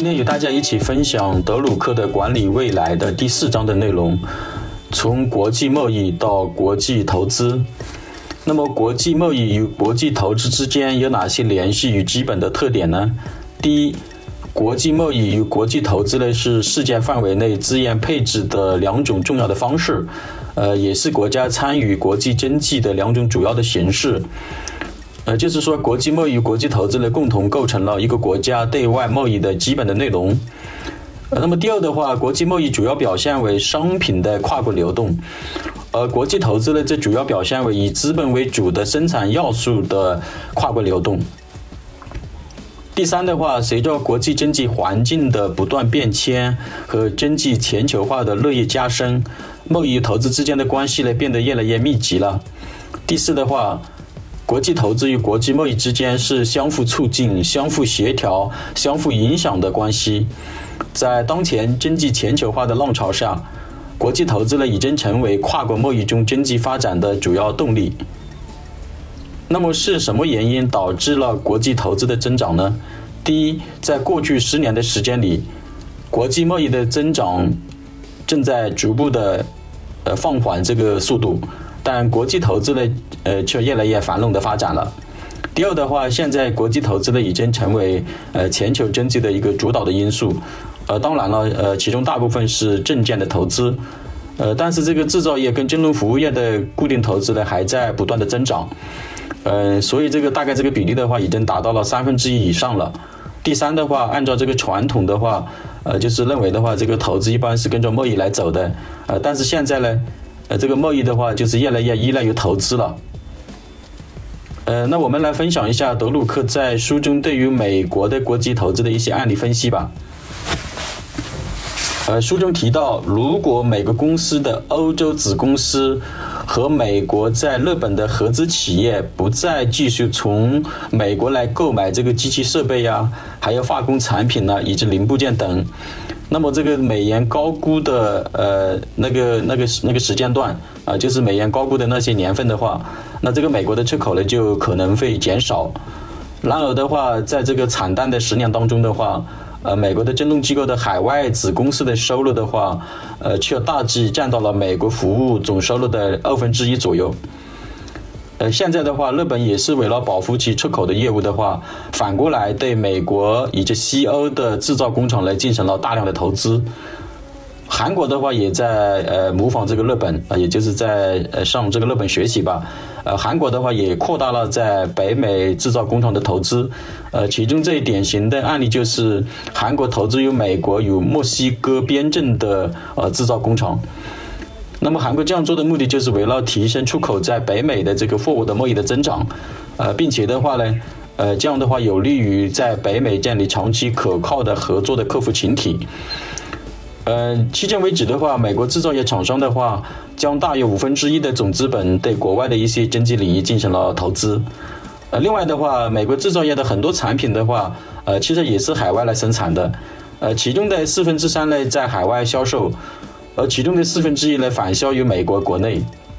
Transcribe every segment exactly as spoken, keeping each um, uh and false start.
天与大家一起分享德鲁克的管理未来的第四章的内容，从国际贸易到国际投资。那么国际贸易与国际投资之间有哪些联系与基本的特点呢？第一，国际贸易与国际投资呢是世界范围内资源配置的两种重要的方式，呃，也是国家参与国际经济的两种主要的形式。呃，就是说，国际贸易与国际投资呢，共同构成了一个国家对外贸易的基本的内容。呃，那么第二的话，国际贸易主要表现为商品的跨国流动，而国际投资呢，这主要表现为以资本为主的生产要素的跨国流动。第三的话，随着国际经济环境的不断变迁和经济全球化的日益加深，贸易与投资之间的关系呢，变得越来越密集了。第四的话，国际投资与国际贸易之间是相互促进、相互协调、相互影响的关系。在当前经济全球化的浪潮下，国际投资呢已经成为跨国贸易中经济发展的主要动力。那么是什么原因导致了国际投资的增长呢？第一，在过去十年的时间里，国际贸易的增长正在逐步的呃放缓这个速度。但国际投资呢，呃，却越来越繁荣的发展了。第二的话，现在国际投资呢已经成为呃全球经济的一个主导的因素。呃，当然了，呃，其中大部分是证券的投资，呃，但是这个制造业跟金融服务业的固定投资呢还在不断的增长。呃，所以这个大概这个比例的话，已经达到了三分之一以上了。第三的话，按照这个传统的话，呃，就是认为的话，这个投资一般是跟着贸易来走的。呃，但是现在呢，呃，这个贸易的话，就是越来越依赖于投资了。呃，那我们来分享一下德鲁克在书中对于美国的国际投资的一些案例分析吧。呃，书中提到，如果每个公司的欧洲子公司和美国在日本的合资企业不再继续从美国来购买这个机器设备呀，还有化工产品呢，以及零部件等，那么这个美元高估的呃那个那个那个时间段啊、呃，就是美元高估的那些年份的话，那这个美国的出口呢就可能会减少。然而的话，在这个惨淡的十年当中的话，呃，美国的金融机构的海外子公司的收入的话，呃，却大致占到了美国服务总收入的二分之一左右。呃，现在的话，日本也是为了保护其出口的业务的话，反过来对美国以及西欧的制造工厂来进行了大量的投资。韩国的话也在呃模仿这个日本啊、呃，也就是在呃向这个日本学习吧。呃，韩国的话也扩大了在北美制造工厂的投资。呃，其中最典型的案例就是韩国投资于美国与墨西哥边境的呃制造工厂。那么韩国这样做的目的就是为了提升出口在北美的这个货物的贸易的增长，呃，并且的话呢，呃，这样的话有利于在北美建立长期可靠的合作的客户群体。呃，迄今为止的话，美国制造业厂商的话，将大约五分之一的总资本对国外的一些经济领域进行了投资。呃，另外的话，美国制造业的很多产品的话，呃，其实也是海外来生产的，呃，其中的四分之三呢在海外销售，而其中的四分之一呢返销于美国国内。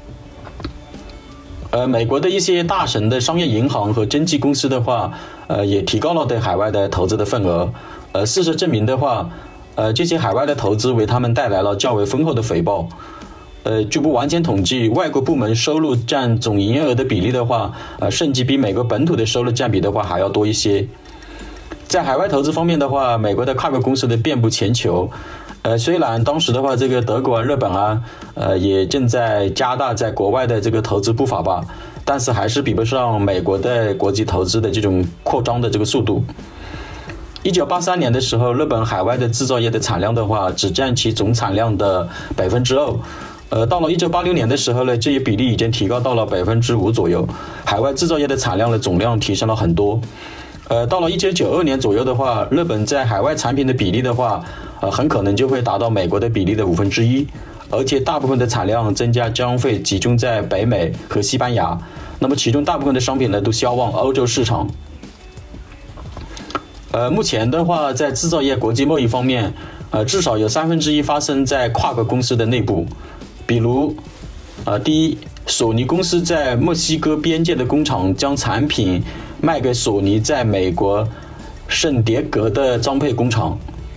呃，美国的一些大型的商业银行和经纪公司的话，呃，也提高了对海外的投资的份额。呃，事实证明的话，呃，这些海外的投资为他们带来了较为丰厚的回报。呃，据不完全统计，外国部门收入占总营业额的比例的话，呃，甚至比美国本土的收入占比的话还要多一些。在海外投资方面的话，美国的跨国公司的遍布全球。呃，虽然当时的话，这个德国啊、日本啊，呃，也正在加大在国外的这个投资步伐吧，但是还是比不上美国的国际投资的这种扩张的这个速度。一九八三年的时候，日本海外的制造业的产量的话，只占其总产量的百分之二。呃，到了一九八六年的时候呢，这一比例已经提高到了百分之五左右，海外制造业的产量的总量提升了很多。呃，到了一九九二年左右的话，日本在海外产品的比例的话，呃，很可能就会达到美国的比例的五分之一，而且大部分的产量增加将会集中在北美和西班牙。那么其中大部分的商品呢，都销往欧洲市场。呃，目前的话，在制造业国际贸易方面，呃，至少有三分之一发生在跨国公司的内部。比如，呃，第一，索尼公司在墨西哥边界的工厂将产品卖给索尼在美国圣迭戈的装配工厂。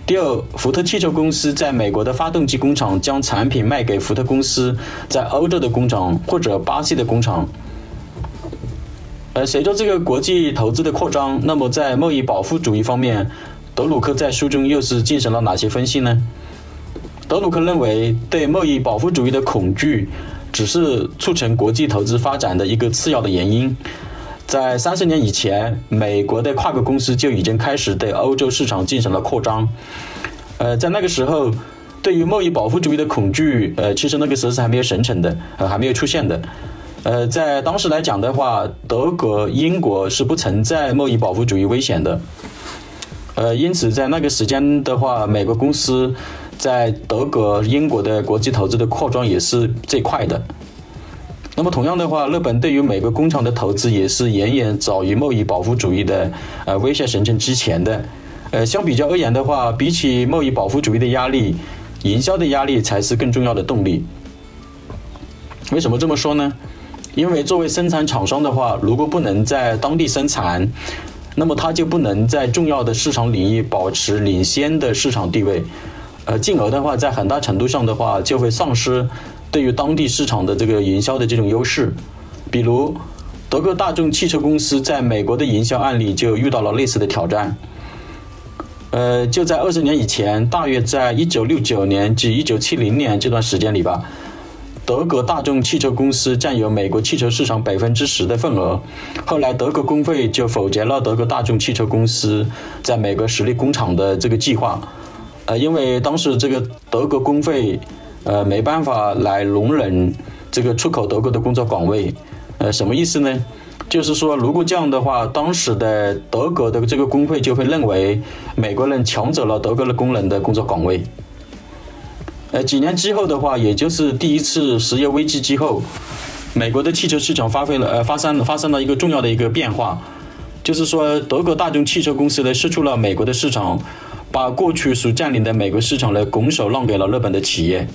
第二，福特汽车公司在美国的发动机工厂将产品卖给福特公司在欧洲的工厂或者巴西的工厂。呃，随着这个国际投资的扩张，那么在贸易保护主义方面，德鲁克在书中又是进行了哪些分析呢？德鲁克认为，对贸易保护主义的恐惧只是促成国际投资发展的一个次要的原因。在三十年以前，美国的跨国公司就已经开始对欧洲市场进行了扩张。呃，在那个时候，对于贸易保护主义的恐惧，呃，其实那个时候是还没有形成的，呃，还没有出现的。呃，在当时来讲的话，德国、英国是不存在贸易保护主义危险的。呃，因此在那个时间的话，美国公司在德国、英国的国际投资的扩张也是最快的。那么同样的话，日本对于美国工厂的投资也是远远早于贸易保护主义的呃威胁形成之前的。呃，相比较而言的话，比起贸易保护主义的压力，营销的压力才是更重要的动力。为什么这么说呢？因为作为生产厂商的话，如果不能在当地生产，那么它就不能在重要的市场领域保持领先的市场地位，呃，进而的话，在很大程度上的话，就会丧失对于当地市场的这个营销的这种优势。比如，德国大众汽车公司在美国的营销案例就遇到了类似的挑战。呃，就在二十年以前，大约在一九六九年至一九七零年这段时间里吧，德国大众汽车公司占有美国汽车市场百分之十的份额。后来，德国工会就否决了德国大众汽车公司在美国实力工厂的这个计划。呃，因为当时这个德国工会呃没办法来容忍这个出口德国的工作岗位。呃，什么意思呢？就是说，如果这样的话，当时的德国的这个工会就会认为美国人抢走了德国的工人的工作岗位。呃，几年之后的话，也就是第一次石油危机之后，美国的汽车市场发挥了呃发生发生了一个重要的一个变化，就是说，德国大众汽车公司呢失去了美国的市场，把过去所占领的美国市场的拱手让给了日本的企业。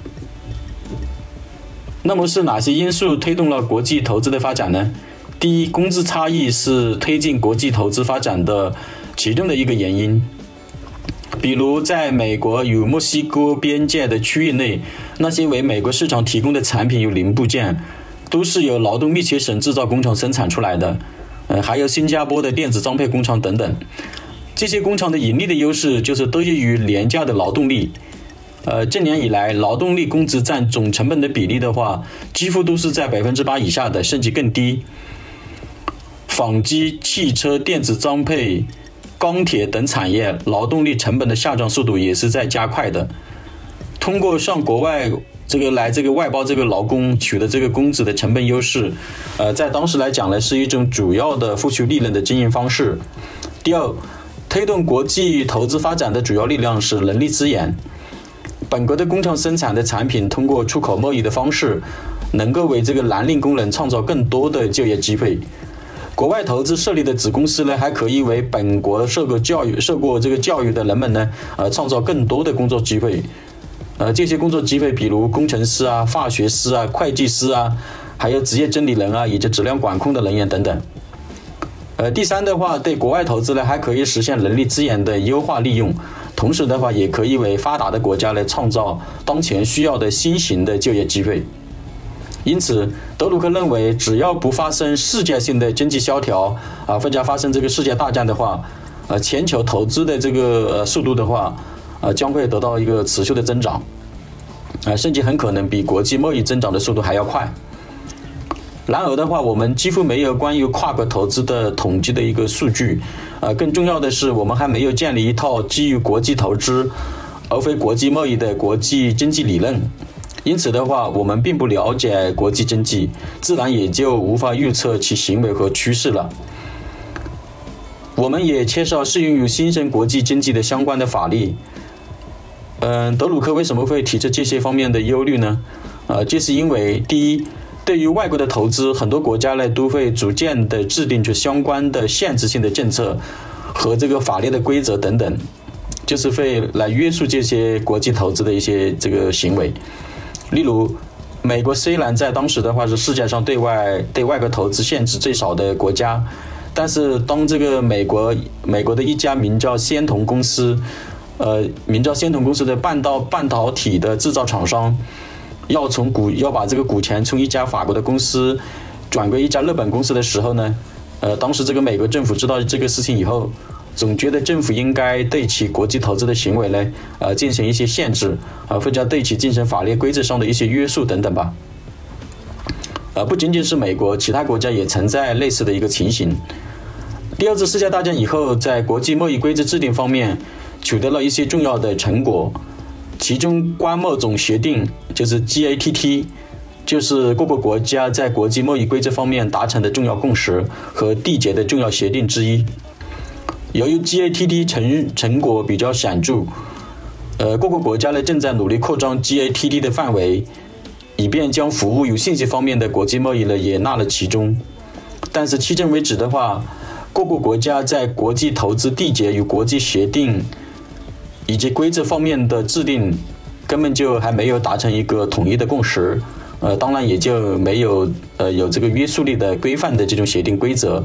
那么是哪些因素推动了国际投资的发展呢？第一，工资差异是推进国际投资发展的其中的一个原因。比如在美国与墨西哥边界的区域内，那些为美国市场提供的产品与零部件都是由劳动密集型制造工厂生产出来的，呃，还有新加坡的电子装配工厂等等。这些工厂的盈利的优势就是得益于廉价的劳动力。呃，这年以来，劳动力工资占总成本的比例的话，几乎都是在百分之八以下的，甚至更低。纺机、汽车、电子装配、钢铁等产业劳动力成本的下降速度也是在加快的。通过向国外这个来这个外包这个劳工取得这个工资的成本优势，呃，在当时来讲呢，是一种主要的获取利润的经营方式。第二，推动国际投资发展的主要力量是人力资源。本国的工厂生产的产品通过出口贸易的方式，能够为这个蓝领工人创造更多的就业机会。国外投资设立的子公司呢，还可以为本国受过教育、受过这个教育的人们呢，呃，创造更多的工作机会。呃，这些工作机会，比如工程师啊、化学师啊、会计师啊，还有职业经理人啊，以及质量管控的人员等等。呃，第三的话，对国外投资呢，还可以实现人力资源的优化利用，同时的话，也可以为发达的国家来创造当前需要的新型的就业机会。因此，德鲁克认为，只要不发生世界性的经济萧条啊，或者发生这个世界大战的话，呃，全球投资的这个呃速度的话，呃，将会得到一个持续的增长，啊、呃，甚至很可能比国际贸易增长的速度还要快。然而的话，我们几乎没有关于跨国投资的统计的一个数据，呃，更重要的是，我们还没有建立一套基于国际投资而非国际贸易的国际经济理论。因此的话，我们并不了解国际经济，自然也就无法预测其行为和趋势了。我们也缺少适用于新生国际经济的相关的法律。嗯，德鲁克为什么会提出这些方面的忧虑呢？呃，这是因为第一，对于外国的投资，很多国家呢都会逐渐的制定出相关的限制性的政策和这个法律的规则等等，就是会来约束这些国际投资的一些这个行为。例如，美国虽然在当时的话是世界上对外对外国投资限制最少的国家，但是当这个美国美国的一家名叫仙童公司呃，明朝仙童公司的半导半导体的制造厂商要从股要把这个股权从一家法国的公司转归一家日本公司的时候呢，呃，当时这个美国政府知道这个事情以后，总觉得政府应该对其国际投资的行为呢，呃，进行一些限制，呃，或者对其进行法律规则上的一些约束等等吧。呃，不仅仅是美国，其他国家也存在类似的一个情形。第二次世界大战以后，在国际贸易规则制定方面取得了一些重要的成果，其中关贸总协定就是 G A T T。就是各个国家在国际贸易规则方面达成的重要共识和缔结的重要协定之一。由于 G A T T 成成果比较显著，呃，各个国家呢正在努力扩张 G A T T 的范围，以便将服务与信息方面的国际贸易呢也纳了其中。但是迄今为止的话，各个国家在国际投资缔结与国际协定以及规则方面的制定，根本就还没有达成一个统一的共识。呃，当然也就没有呃有这个约束力的规范的这种协定规则。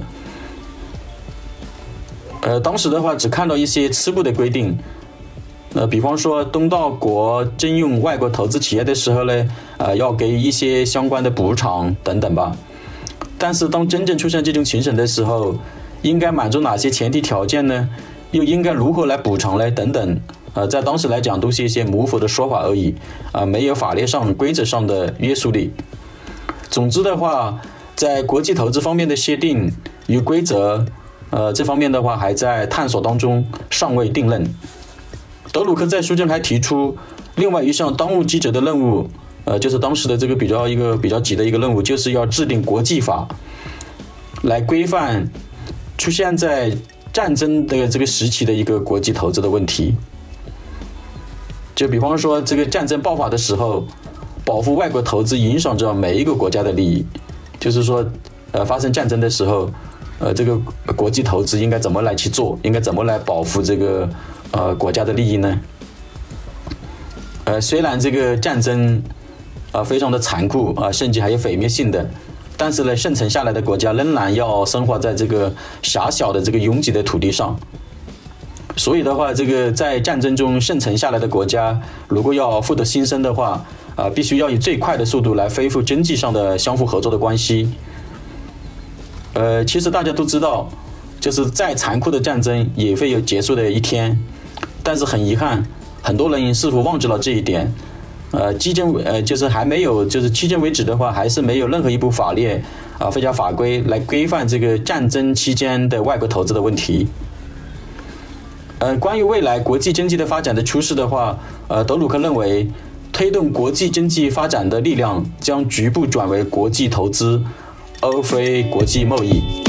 呃，当时的话只看到一些初步的规定，呃，比方说东道国征用外国投资企业的时候呢，呃，要给一些相关的补偿等等吧。但是当真正出现这种情形的时候，应该满足哪些前提条件呢？又应该如何来补偿呢？等等。呃，在当时来讲，都是一些模糊的说法而已，啊、呃，没有法律上、规则上的约束力。总之的话，在国际投资方面的协定与规则，呃，这方面的话还在探索当中，尚未定论。德鲁克在书中还提出，另外一项当务之急的任务，呃，就是当时的这个比较一个比较急的一个任务，就是要制定国际法，来规范出现在战争的这个时期的一个国际投资的问题。就比方说，这个战争爆发的时候，保护外国投资影响着每一个国家的利益。就是说，呃，发生战争的时候，呃，这个国际投资应该怎么来去做？应该怎么来保护这个呃国家的利益呢？呃，虽然这个战争啊、呃、非常的残酷啊、呃，甚至还有毁灭性的，但是呢，生存下来的国家仍然要生活在这个狭小的这个拥挤的土地上。所以的话，这个在战争中生存下来的国家，如果要获得新生的话，啊、呃，必须要以最快的速度来恢复经济上的相互合作的关系。呃，其实大家都知道，就是再残酷的战争也会有结束的一天，但是很遗憾，很多人似乎忘记了这一点。呃，迄今呃就是还没有，就是迄今为止的话，还是没有任何一部法律啊、呃、或者法规来规范这个战争期间的外国投资的问题。呃，关于未来国际经济的发展的趋势的话，呃，德鲁克认为，推动国际经济发展的力量将局部转为国际投资，而非国际贸易。